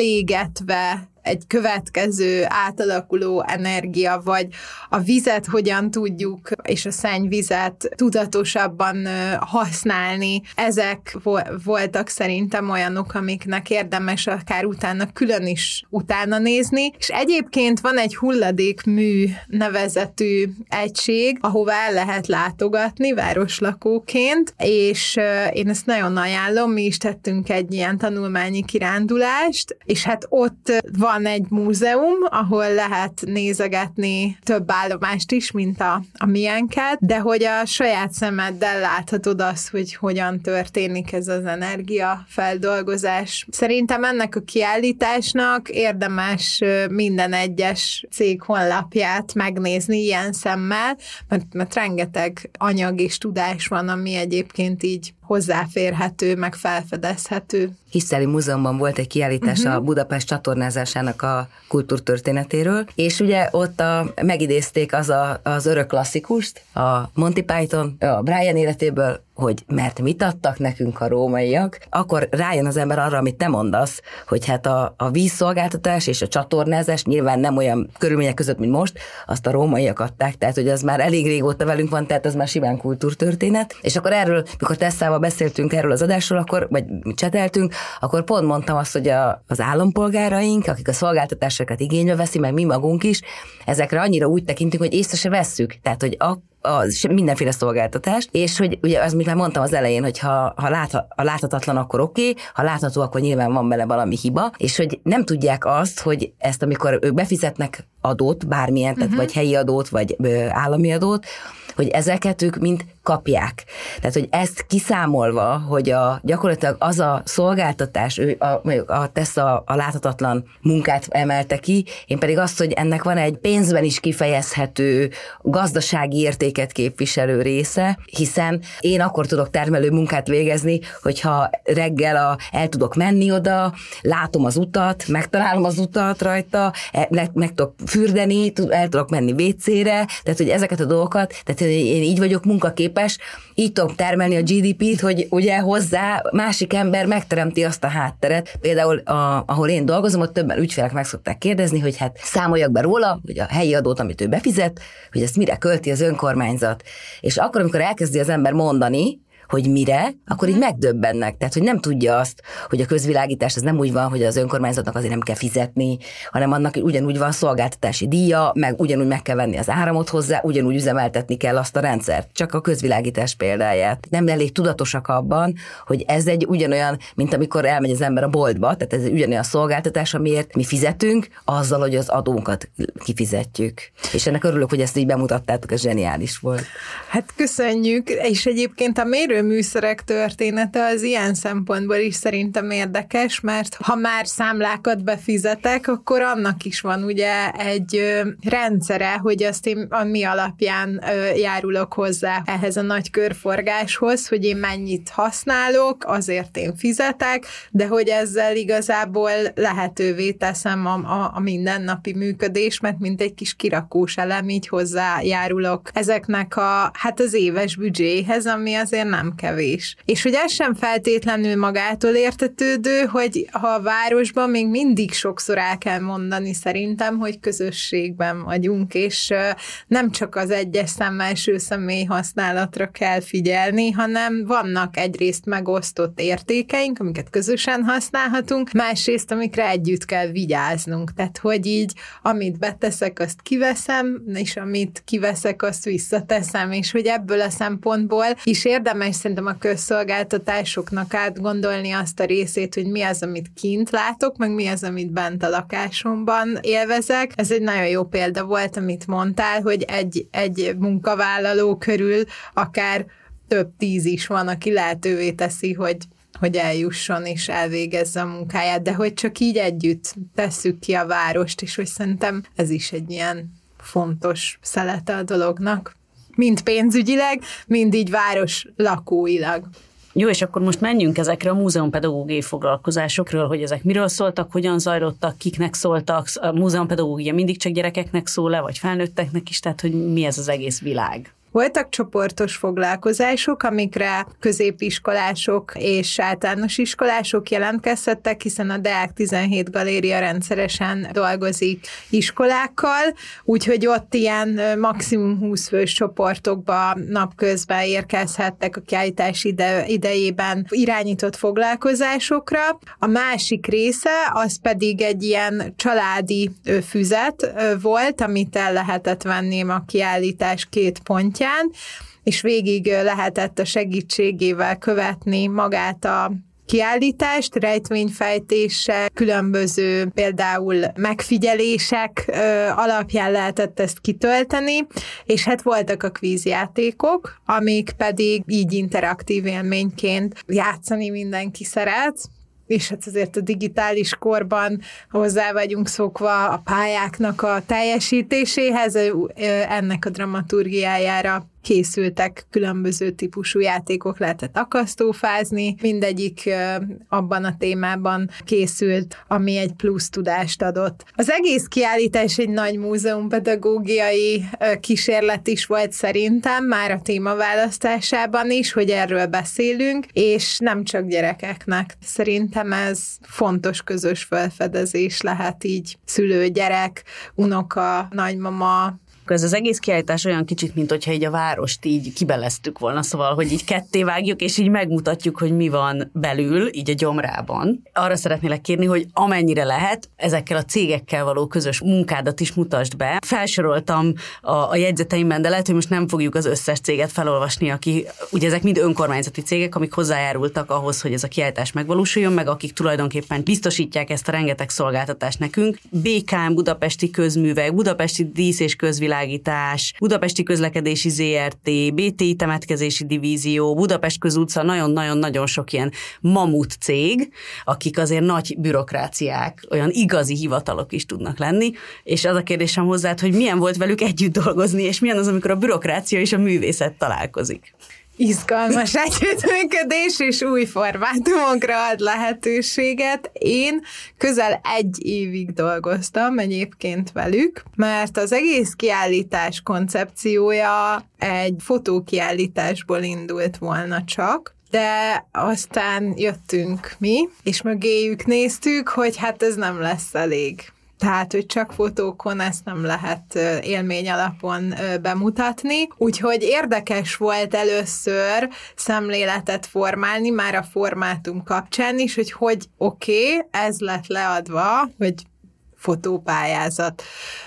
C: elégetve egy következő átalakuló energia, vagy a vizet hogyan tudjuk, és a szennyvizet tudatosabban használni. Ezek voltak szerintem olyanok, amiknek érdemes akár utána külön is utána nézni. És egyébként van egy hulladékmű nevezetű egység, ahová el lehet látogatni városlakóként, és én ezt nagyon ajánlom, mi is tettünk egy ilyen tanulmányi kirándulást, és hát ott van Van egy múzeum, ahol lehet nézegetni több állomást is, mint a, a miénket, de hogy a saját szemeddel láthatod azt, hogy hogyan történik ez az energiafeldolgozás. Szerintem ennek a kiállításnak érdemes minden egyes cég honlapját megnézni ilyen szemmel, mert, mert rengeteg anyag és tudás van, ami egyébként így hozzáférhető, meg felfedezhető.
B: Hiszteli Múzeumban volt egy kiállítás uh-huh. a Budapest csatornázásának a kultúrtörténetéről, és ugye ott a, megidézték az a, az örök klasszikust, a Monty Python, a Brian életéből, hogy mert mit adtak nekünk a rómaiak, akkor rájön az ember arra, amit te mondasz, hogy hát a, a vízszolgáltatás és a csatornázás nyilván nem olyan körülmények között, mint most, azt a rómaiak adták, tehát hogy az már elég régóta velünk van, tehát az már simán kultúrtörténet, és akkor erről, mikor Tesszával beszéltünk erről az adásról, akkor, vagy cseteltünk, akkor pont mondtam azt, hogy a, az állampolgáraink, akik a szolgáltatásokat igénybe veszi, meg mi magunk is, ezekre annyira úgy tekintünk, hogy észre se vesszük, tehát hogy a az mindenféle szolgáltatást, és hogy ugye az, mint már mondtam az elején, hogy ha, ha lát, a láthatatlan, akkor oké, okay, ha látható, akkor nyilván van bele valami hiba, és hogy nem tudják azt, hogy ezt, amikor ők befizetnek adót, bármilyen, uh-huh. tehát vagy helyi adót, vagy ö, állami adót, hogy ezeket ők mind kapják. Tehát, hogy ezt kiszámolva, hogy a, gyakorlatilag az a szolgáltatás, ő a, a Tessa a láthatatlan munkát emelte ki, én pedig azt, hogy ennek van egy pénzben is kifejezhető gazdasági értéket képviselő része, hiszen én akkor tudok termelő munkát végezni, hogyha reggel a, el tudok menni oda, látom az utat, megtalálom az utat rajta, meg, meg tudok fürdeni, el tudok menni vécére, tehát, hogy ezeket a dolgokat, tehát én így vagyok munkaképes, így tudom termelni a gé dé pét, hogy ugye hozzá másik ember megteremti azt a hátteret. Például, a, ahol én dolgozom, ott többen ügyfelek meg szokták kérdezni, hogy hát számoljak be róla, hogy a helyi adót, amit ő befizet, hogy ezt mire költi az önkormányzat. És akkor, amikor elkezdi az ember mondani, hogy mire, akkor így megdöbbennek. Tehát, hogy nem tudja azt, hogy a közvilágítás az nem úgy van, hogy az önkormányzatnak azért nem kell fizetni, hanem annak ugyanúgy van szolgáltatási díja, meg ugyanúgy meg kell venni az áramot hozzá, ugyanúgy üzemeltetni kell azt a rendszert. Csak a közvilágítás példáját. Nem elég tudatosak abban, hogy ez egy ugyanolyan, mint amikor elmegy az ember a boltba, tehát ez egy ugyanolyan szolgáltatás, amiért mi fizetünk, azzal, hogy az adónkat kifizetjük. És ennek örülök, hogy ezt így bemutattátok, ez zseniális volt.
C: Hát köszönjük, és egyébként a mérő műszerek története az ilyen szempontból is szerintem érdekes, mert ha már számlákat befizetek, akkor annak is van ugye egy ö, rendszere, hogy azt én a mi alapján ö, járulok hozzá ehhez a nagy körforgáshoz, hogy én mennyit használok, azért én fizetek, de hogy ezzel igazából lehetővé teszem a, a, a mindennapi működés, mert mint egy kis kirakós elem, így hozzájárulok ezeknek a, hát az éves büdzséhez, ami azért nem kevés. És hogy ez sem feltétlenül magától értetődő, hogy ha a városban még mindig sokszor el kell mondani szerintem, hogy közösségben vagyunk, és nem csak az egyes szám első személy használatra kell figyelni, hanem vannak egyrészt megosztott értékeink, amiket közösen használhatunk, másrészt, amikre együtt kell vigyáznunk. Tehát, hogy így, amit beteszek, azt kiveszem, és amit kiveszek, azt visszateszem, és hogy ebből a szempontból is érdemes érdemes szerintem a közszolgáltatásoknak átgondolni azt a részét, hogy mi az, amit kint látok, meg mi az, amit bent a lakásomban élvezek. Ez egy nagyon jó példa volt, amit mondtál, hogy egy, egy munkavállaló körül akár több tíz is van, aki lehetővé teszi, hogy hogy eljusson és elvégezze a munkáját, de hogy csak így együtt tesszük ki a várost, és hogy szerintem ez is egy ilyen fontos szelete a dolognak. Mind pénzügyileg, mind így város lakóilag.
D: Jó, és akkor most menjünk ezekre a múzeumpedagógiai foglalkozásokról, hogy ezek miről szóltak, hogyan zajlottak, kiknek szóltak, a múzeumpedagógia mindig csak gyerekeknek szól-e, vagy felnőtteknek is, tehát hogy mi ez az egész világ?
C: Voltak csoportos foglalkozások, amikre középiskolások és általános iskolások jelentkezhettek, hiszen a Deák tizenhét galéria rendszeresen dolgozik iskolákkal, úgyhogy ott ilyen maximum húsz fős csoportokba napközben érkezhettek a kiállítás ide, idejében irányított foglalkozásokra. A másik része az pedig egy ilyen családi füzet volt, amit el lehetett venni a kiállítás két pontján, és végig lehetett a segítségével követni magát a kiállítást, rejtvényfejtése, különböző például megfigyelések ö, alapján lehetett ezt kitölteni, és hát voltak a kvízjátékok, amik pedig így interaktív élményként játszani mindenki szeret, és hát azért a digitális korban hozzá vagyunk szokva a pályáknak a teljesítéséhez, ennek a dramaturgiájára készültek különböző típusú játékok, lehetett akasztófázni, mindegyik abban a témában készült, ami egy plusz tudást adott. Az egész kiállítás egy nagy múzeumpedagógiai kísérlet is volt szerintem, már a témaválasztásában is, hogy erről beszélünk, és nem csak gyerekeknek. Szerintem ez fontos közös felfedezés lehet így szülő, gyerek, unoka, nagymama.
D: Ez az egész kiállítás olyan kicsit, mint hogyha így a várost így kibeleztük volna, szóval, hogy így ketté vágjuk, és így megmutatjuk, hogy mi van belül, így a gyomrában. Arra szeretnélek kérni, hogy amennyire lehet, ezekkel a cégekkel való közös munkádat is mutasd be. Felsoroltam a, a jegyzeteimben, de lehet, hogy most nem fogjuk az összes céget felolvasni, aki, ugye ezek mind önkormányzati cégek, amik hozzájárultak ahhoz, hogy ez a kiállítás megvalósuljon, meg akik tulajdonképpen biztosítják ezt a rengeteg szolgáltatást nekünk. bé ká em Budapesti Közművek, Budapesti Dísz és Közvilág, Budapesti Közlekedési zé er té, bé té i Temetkezési Divízió, Budapest Közutca, nagyon-nagyon-nagyon sok ilyen mamut cég, akik azért nagy bürokráciák, olyan igazi hivatalok is tudnak lenni, és az a kérdésem hozzád, hogy milyen volt velük együtt dolgozni, és milyen az, amikor a bürokrácia és a művészet találkozik.
C: Izgalmas együttműködés és új formátumokra ad lehetőséget. Én közel egy évig dolgoztam egyébként velük, mert az egész kiállítás koncepciója egy fotókiállításból indult volna csak, de aztán jöttünk mi, és mögéjük néztük, hogy hát ez nem lesz elég. Tehát, hogy csak fotókon ezt nem lehet élmény alapon bemutatni. Úgyhogy érdekes volt először szemléletet formálni, már a formátum kapcsán is, hogy hogy oké, okay, ez lett leadva, hogy fotópályázat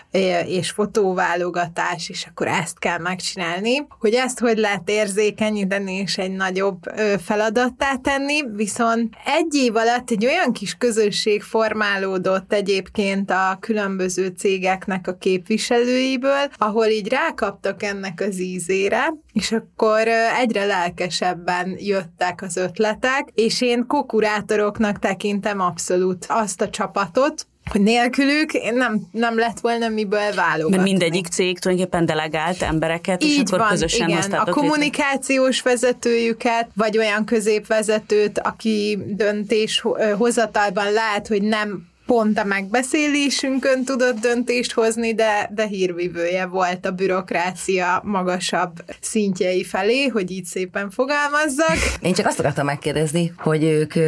C: és fotóválogatás, és akkor ezt kell megcsinálni, hogy ezt hogy lehet érzékenyíteni és egy nagyobb feladattá tenni, viszont egy év alatt egy olyan kis közösség formálódott egyébként a különböző cégeknek a képviselőiből, ahol így rákaptak ennek az ízére, és akkor egyre lelkesebben jöttek az ötletek, és én kokurátoroknak tekintem abszolút azt a csapatot, hogy nélkülük nem, nem lett volna miből válogatni.
D: Mert mindegyik cég tulajdonképpen delegált embereket, és
C: így
D: akkor
C: van,
D: közösen
C: igen,
D: hoztátok
C: a kommunikációs létre vezetőjüket, vagy olyan középvezetőt, aki döntéshozatalban lát, hogy nem pont a megbeszélésünkön tudott döntést hozni, de, de hírvivője volt a bürokrácia magasabb szintjei felé, hogy így szépen fogalmazzak.
B: Én csak azt akartam megkérdezni, hogy ők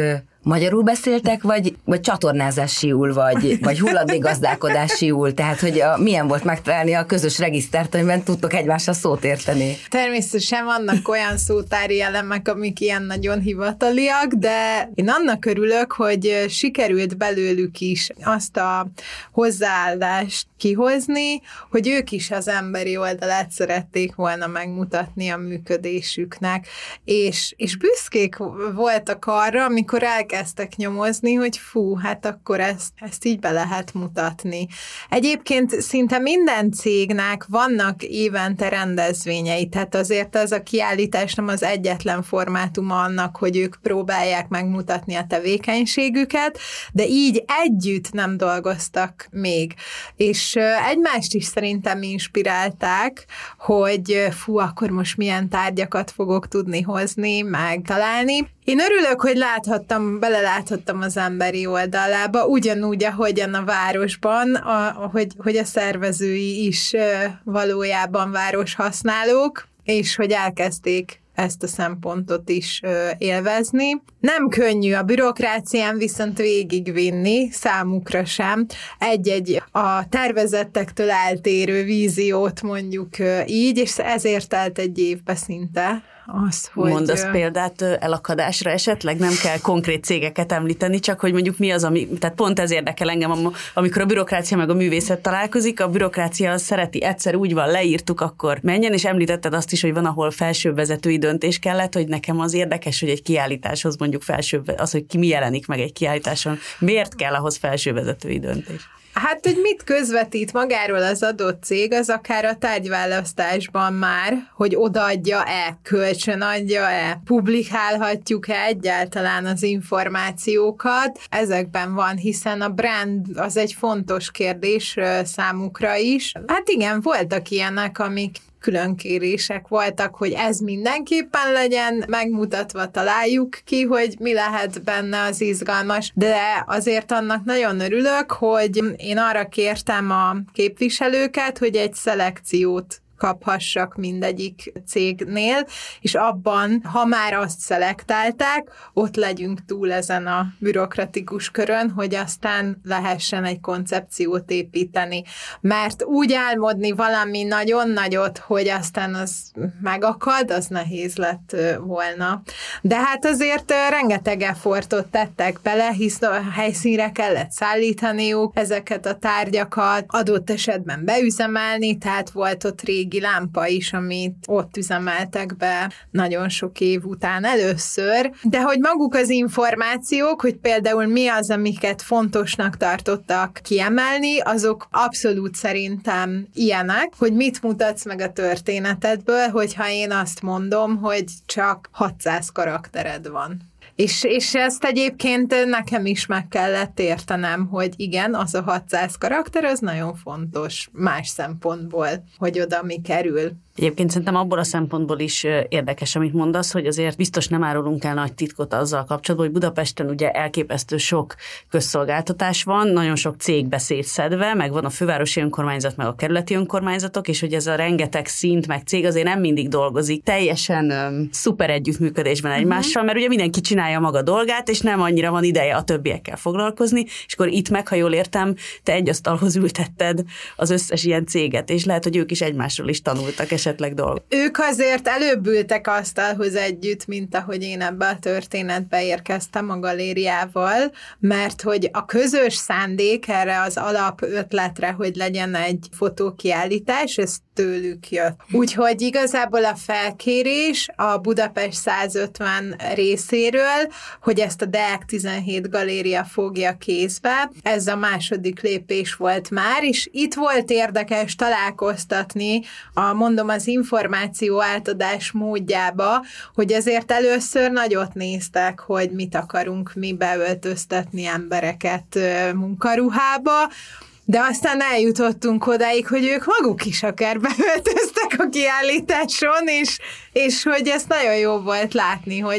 B: Magyarul beszéltek, vagy, vagy csatornázásiul, vagy, vagy hulladékgazdálkodásiul? Tehát, hogy a, milyen volt megtalálni a közös regisztert, amiben tudtok egymásra szót érteni?
C: Természetesen vannak olyan szótári elemek, amik ilyen nagyon hivataliak, de én annak örülök, hogy sikerült belőlük is azt a hozzáállást kihozni, hogy ők is az emberi oldalát szerették volna megmutatni a működésüknek, és, és büszkék voltak arra, amikor elkezdtek nyomozni, hogy fú, hát akkor ezt, ezt így be lehet mutatni. Egyébként szinte minden cégnek vannak évente rendezvényei, tehát azért ez a kiállítás nem az egyetlen formátuma annak, hogy ők próbálják megmutatni a tevékenységüket, de így együtt nem dolgoztak még. És egymást is szerintem inspirálták, hogy fú, akkor most milyen tárgyakat fogok tudni hozni, megtalálni. Én örülök, hogy láthattam, beleláthattam az emberi oldalába, ugyanúgy, ahogyan a városban, a, hogy, hogy a szervezői is valójában városhasználók, és hogy elkezdték ezt a szempontot is ö, élvezni. Nem könnyű a bürokrácián viszont végigvinni, számukra sem. Egy-egy a tervezettektől eltérő víziót mondjuk ö, így, és ezért telt egy évbe szinte. Az, hogy...
A: Mondasz példát elakadásra esetleg? Nem kell konkrét cégeket említeni, csak hogy mondjuk mi az, ami... Tehát pont ez érdekel engem, amikor a bürokrácia meg a művészet találkozik, a bürokrácia szereti, egyszer úgy van, leírtuk, akkor menjen, és említetted azt is, hogy van, ahol felsőbb vezetői döntés kellett, hogy nekem az érdekes, hogy egy kiállításhoz mondjuk felsőbb, az, hogy ki mi jelenik meg egy kiállításon, miért kell ahhoz felső vezetői döntés?
C: Hát, hogy mit közvetít magáról az adott cég, az akár a tárgyválasztásban már, hogy odaadja-e, kölcsönadja-e, publikálhatjuk-e egyáltalán az információkat. Ezekben van, hiszen a brand az egy fontos kérdés számukra is. Hát igen, voltak ilyenek, amik különkérések voltak, hogy ez mindenképpen legyen megmutatva, találjuk ki, hogy mi lehet benne az izgalmas, de azért annak nagyon örülök, hogy én arra kértem a képviselőket, hogy egy szelekciót kaphassak mindegyik cégnél, és abban, ha már azt szelektálták, ott legyünk túl ezen a bürokratikus körön, hogy aztán lehessen egy koncepciót építeni. Mert úgy álmodni valami nagyon nagyot, hogy aztán az megakad, az nehéz lett volna. De hát azért rengeteg effortot tettek bele, hisz a helyszínre kellett szállítaniuk ezeket a tárgyakat, adott esetben beüzemelni, tehát volt ott régi lámpa is, amit ott üzemeltek be nagyon sok év után először, de hogy maguk az információk, hogy például mi az, amiket fontosnak tartottak kiemelni, azok abszolút szerintem ilyenek, hogy mit mutatsz meg a történetedből, hogyha én azt mondom, hogy csak hatszáz karaktered van. És, és ezt egyébként nekem is meg kellett értenem, hogy igen, az a hatszáz karakter, az nagyon fontos más szempontból, hogy oda mi kerül.
A: Egyébként szerintem abból a szempontból is érdekes, amit mondasz, hogy azért biztos nem árulunk el nagy titkot azzal kapcsolatban, hogy Budapesten ugye elképesztő sok közszolgáltatás van, nagyon sok cégbe szétszedve, meg van a fővárosi önkormányzat, meg a kerületi önkormányzatok, és hogy ez a rengeteg szint, meg cég azért nem mindig dolgozik teljesen um, szuper együttműködésben egymással, mert ugye mindenki csinálja maga dolgát, és nem annyira van ideje a többiekkel foglalkozni, és akkor itt meg, ha jól értem, te egy asztalhoz ültetted az összes ilyen céget, és lehet, hogy ők is egymásról is tanultak esetleg dolgok.
C: Ők azért előbb ültek asztalhoz együtt, mint ahogy én ebbe a történetbe érkeztem a galériával, mert hogy a közös szándék erre az alap ötletre, hogy legyen egy fotókiállítás, ez tőlük jött. Úgyhogy igazából a felkérés a Budapest százötven részéről, hogy ezt a Deák tizenhét galéria fogja kézbe, ez a második lépés volt már, és itt volt érdekes találkoztatni a, mondom, az információ átadás módjába, hogy azért először nagyot néztek, hogy mit akarunk mi beöltöztetni embereket munkaruhába, de aztán eljutottunk odáig, hogy ők maguk is akár beöltöztek a kiállításon, és, és hogy ezt nagyon jó volt látni, hogy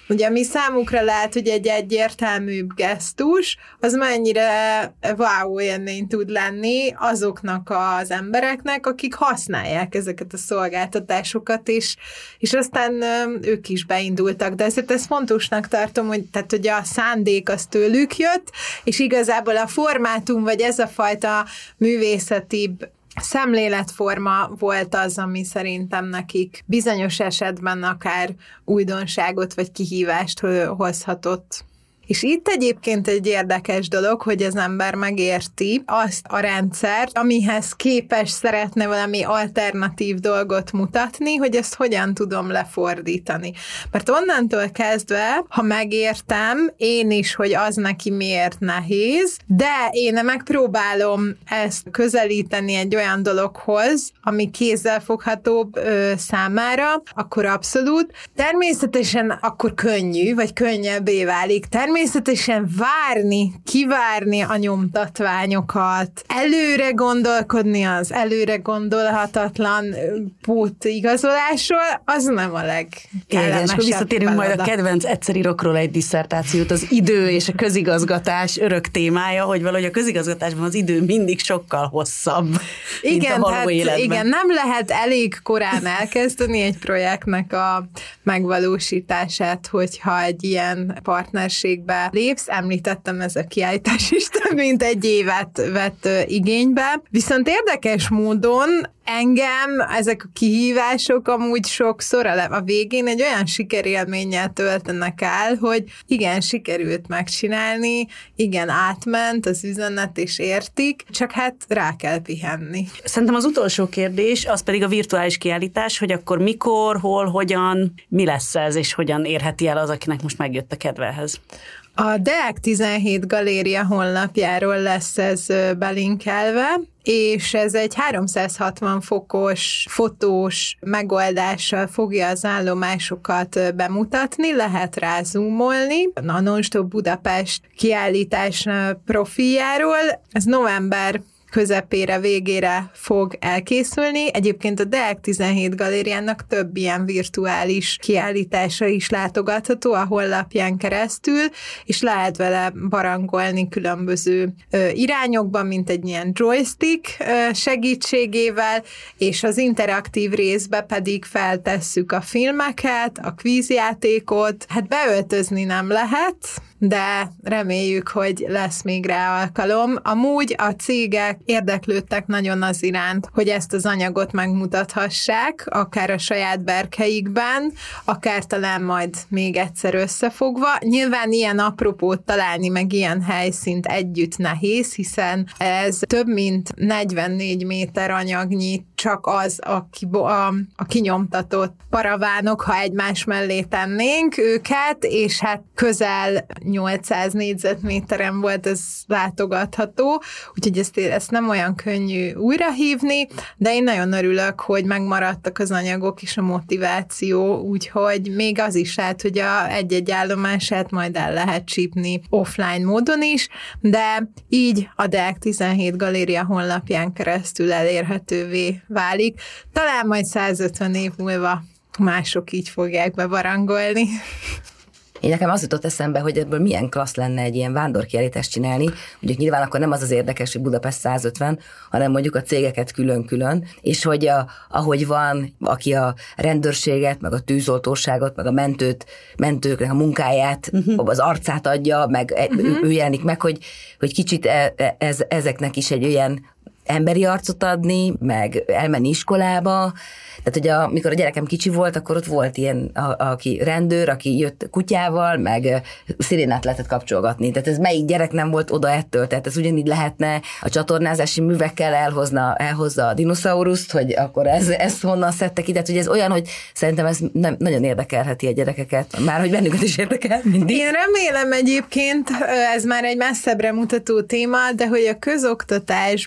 C: ugye mi számukra lehet, hogy egy egyértelműbb gesztus, az mennyire wow élmény tud lenni azoknak az embereknek, akik használják ezeket a szolgáltatásokat is, és aztán ők is beindultak, de ezért ezt fontosnak tartom, hogy, tehát, hogy a szándék az tőlük jött, és igazából a formátum, vagy ez a fajta művészetibb szemléletforma volt az, ami szerintem nekik bizonyos esetben akár újdonságot vagy kihívást hozhatott. És itt egyébként egy érdekes dolog, hogy az ember megérti azt a rendszert, amihez képes szeretne valami alternatív dolgot mutatni, hogy ezt hogyan tudom lefordítani. Mert onnantól kezdve, ha megértem én is, hogy az neki miért nehéz, de én megpróbálom ezt közelíteni egy olyan dologhoz, ami kézzelfoghatóbb ö, számára, akkor abszolút. Természetesen akkor könnyű, vagy könnyebbé válik. Természetesen várni, kivárni a nyomtatványokat, előre gondolkodni az előre gondolhatatlan pót igazolásról, az nem a legkellemesebb.
A: És akkor visszatérünk majd a kedvenc egyszerírokról egy diszertációt, az idő és a közigazgatás örök témája, hogy valahogy a közigazgatásban az idő mindig sokkal hosszabb,
C: igen,
A: mint a való
C: hát,
A: életben.
C: Igen, nem lehet elég korán elkezdeni egy projektnek a megvalósítását, hogyha egy ilyen partnerségbe lépsz. Említettem, ez a kiállítás is több mint egy évet vett igénybe. Viszont érdekes módon engem ezek a kihívások amúgy sokszor a végén egy olyan sikerélménnyel töltenek el, hogy igen, sikerült megcsinálni, igen, átment az üzenet és értik, csak hát rá kell pihenni.
A: Szerintem az utolsó kérdés, az pedig a virtuális kiállítás, hogy akkor mikor, hol, hogyan, mi lesz ez, és hogyan érheti el az, akinek most megjött a kedvehez.
C: A Deák tizenhét galéria honlapjáról lesz ez belinkelve, és ez egy háromszázhatvan fokos fotós megoldással fogja az állomásokat bemutatni, lehet rá zoomolni. A Non-Stop Budapest kiállítás profiljáról, ez november közepére, végére fog elkészülni. Egyébként a Deák tizenhét galériának több ilyen virtuális kiállítása is látogatható a honlapján keresztül, és lehet vele barangolni különböző ö, irányokban, mint egy ilyen joystick ö, segítségével, és az interaktív részbe pedig feltesszük a filmeket, a kvízjátékot. Hát beöltözni nem lehet, de reméljük, hogy lesz még rá alkalom. Amúgy a cégek érdeklődtek nagyon az iránt, hogy ezt az anyagot megmutathassák, akár a saját berkeikben, akár talán majd még egyszer összefogva. Nyilván ilyen apropót találni, meg ilyen helyszínt együtt nehéz, hiszen ez több mint negyvennégy méter anyagnyi, csak az a, a, a kinyomtatott paravánok, ha egymás mellé tennénk őket, és hát közel nyolcszáz négyzetméteren volt ez látogatható, úgyhogy ezt, ezt nem olyan könnyű újrahívni, de én nagyon örülök, hogy megmaradtak az anyagok és a motiváció, úgyhogy még az is lehet, hogy a egy-egy állomását majd el lehet csípni offline módon is, de így a Deák tizenhét galéria honlapján keresztül elérhetővé válik. Talán majd százötven év múlva mások így fogják bebarangolni.
B: Én nekem az jutott eszembe, hogy ebből milyen klassz lenne egy ilyen vándorkiállítást csinálni. Mondjuk nyilván akkor nem az az érdekes, hogy Budapest százötven, hanem mondjuk a cégeket külön-külön, és hogy a, ahogy van, aki a rendőrséget, meg a tűzoltóságot, meg a mentőt, mentőknek a munkáját, uh-huh. az arcát adja, meg uh-huh. ő, ő jelenik meg, hogy, hogy kicsit ez, ezeknek is egy olyan emberi arcot adni, meg elmenni iskolába. Tehát, hogy a, mikor a gyerekem kicsi volt, akkor ott volt ilyen, a, aki rendőr, aki jött kutyával, meg szirénát lehetett kapcsolgatni. Tehát ez melyik gyerek nem volt oda ettől? Tehát ez ugyanígy lehetne a csatornázási művekkel elhozna, elhozza a dinoszauruszt, hogy akkor ez, ezt honnan szedtek ki. Tehát, hogy ez olyan, hogy szerintem ez nem, nagyon érdekelheti a gyerekeket. Már, hogy bennünket is érdekel mindig.
C: Én remélem egyébként, ez már egy messzebbre mutató téma, de hogy a közoktatásba a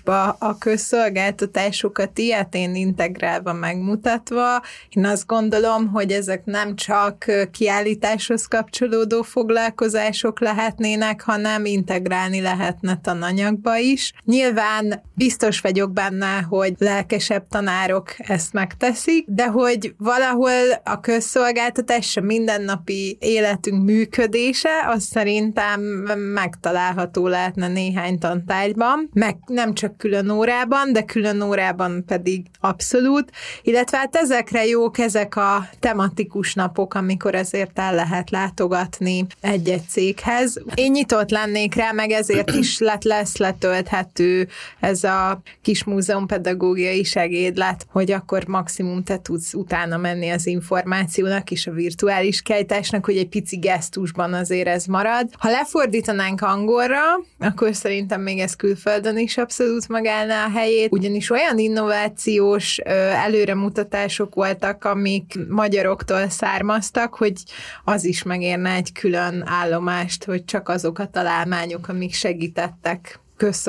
C: a közszolgáltatásokat ilyetén integrálva megmutatva, én azt gondolom, hogy ezek nem csak kiállításhoz kapcsolódó foglalkozások lehetnének, hanem integrálni lehetne tananyagba is. Nyilván biztos vagyok benne, hogy lelkesebb tanárok ezt megteszik, de hogy valahol a közszolgáltatás, a mindennapi életünk működése, az szerintem megtalálható lehetne néhány tantárgyban, meg nem csak külön órában, de külön órában pedig abszolút, illetve hát ezekre jók ezek a tematikus napok, amikor azért el lehet látogatni egy-egy céghez. Én nyitott lennék rá, meg ezért is lett lesz letölthető ez a kis múzeumpedagógiai segédlet, hogy akkor maximum te tudsz utána menni az információnak és a virtuális kiállításnak, hogy egy pici gesztusban azért ez marad. Ha lefordítanánk angolra, akkor szerintem még ez külföldön is abszolút megállná a helyét, ugyanis olyan innovációs előremutatások voltak, amik magyaroktól származtak, hogy az is megérne egy külön állomást, hogy csak azok a találmányok, amik segítettek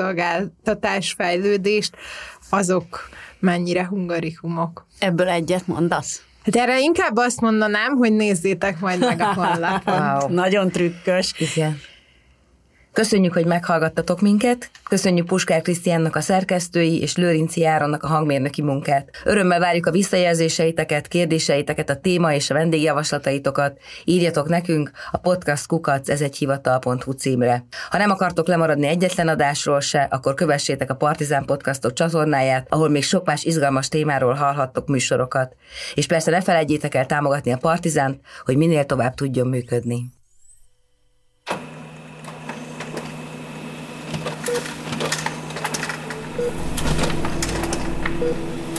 C: közszolgáltatásfejlődést, azok mennyire hungarikumok.
D: Ebből egyet mondasz?
C: Hát erre inkább azt mondanám, hogy nézzétek majd meg a honlapon.
B: Wow.
D: Nagyon trükkös.
B: Igen. Köszönjük, hogy meghallgattatok minket, köszönjük Puskár Krisztiánnak a szerkesztői és Lőrinci Áronnak a hangmérnöki munkát. Örömmel várjuk a visszajelzéseiteket, kérdéseiteket, a téma és a vendégjavaslataitokat. Írjatok nekünk a podcast kukac ez egy hivatal pont hu címre. Ha nem akartok lemaradni egyetlen adásról se, akkor kövessétek a Partizán Podcastok csatornáját, ahol még sok más izgalmas témáról hallhattok műsorokat. És persze ne felejtjétek el támogatni a Partizánt, hogy minél tovább tudjon működni. Thank you.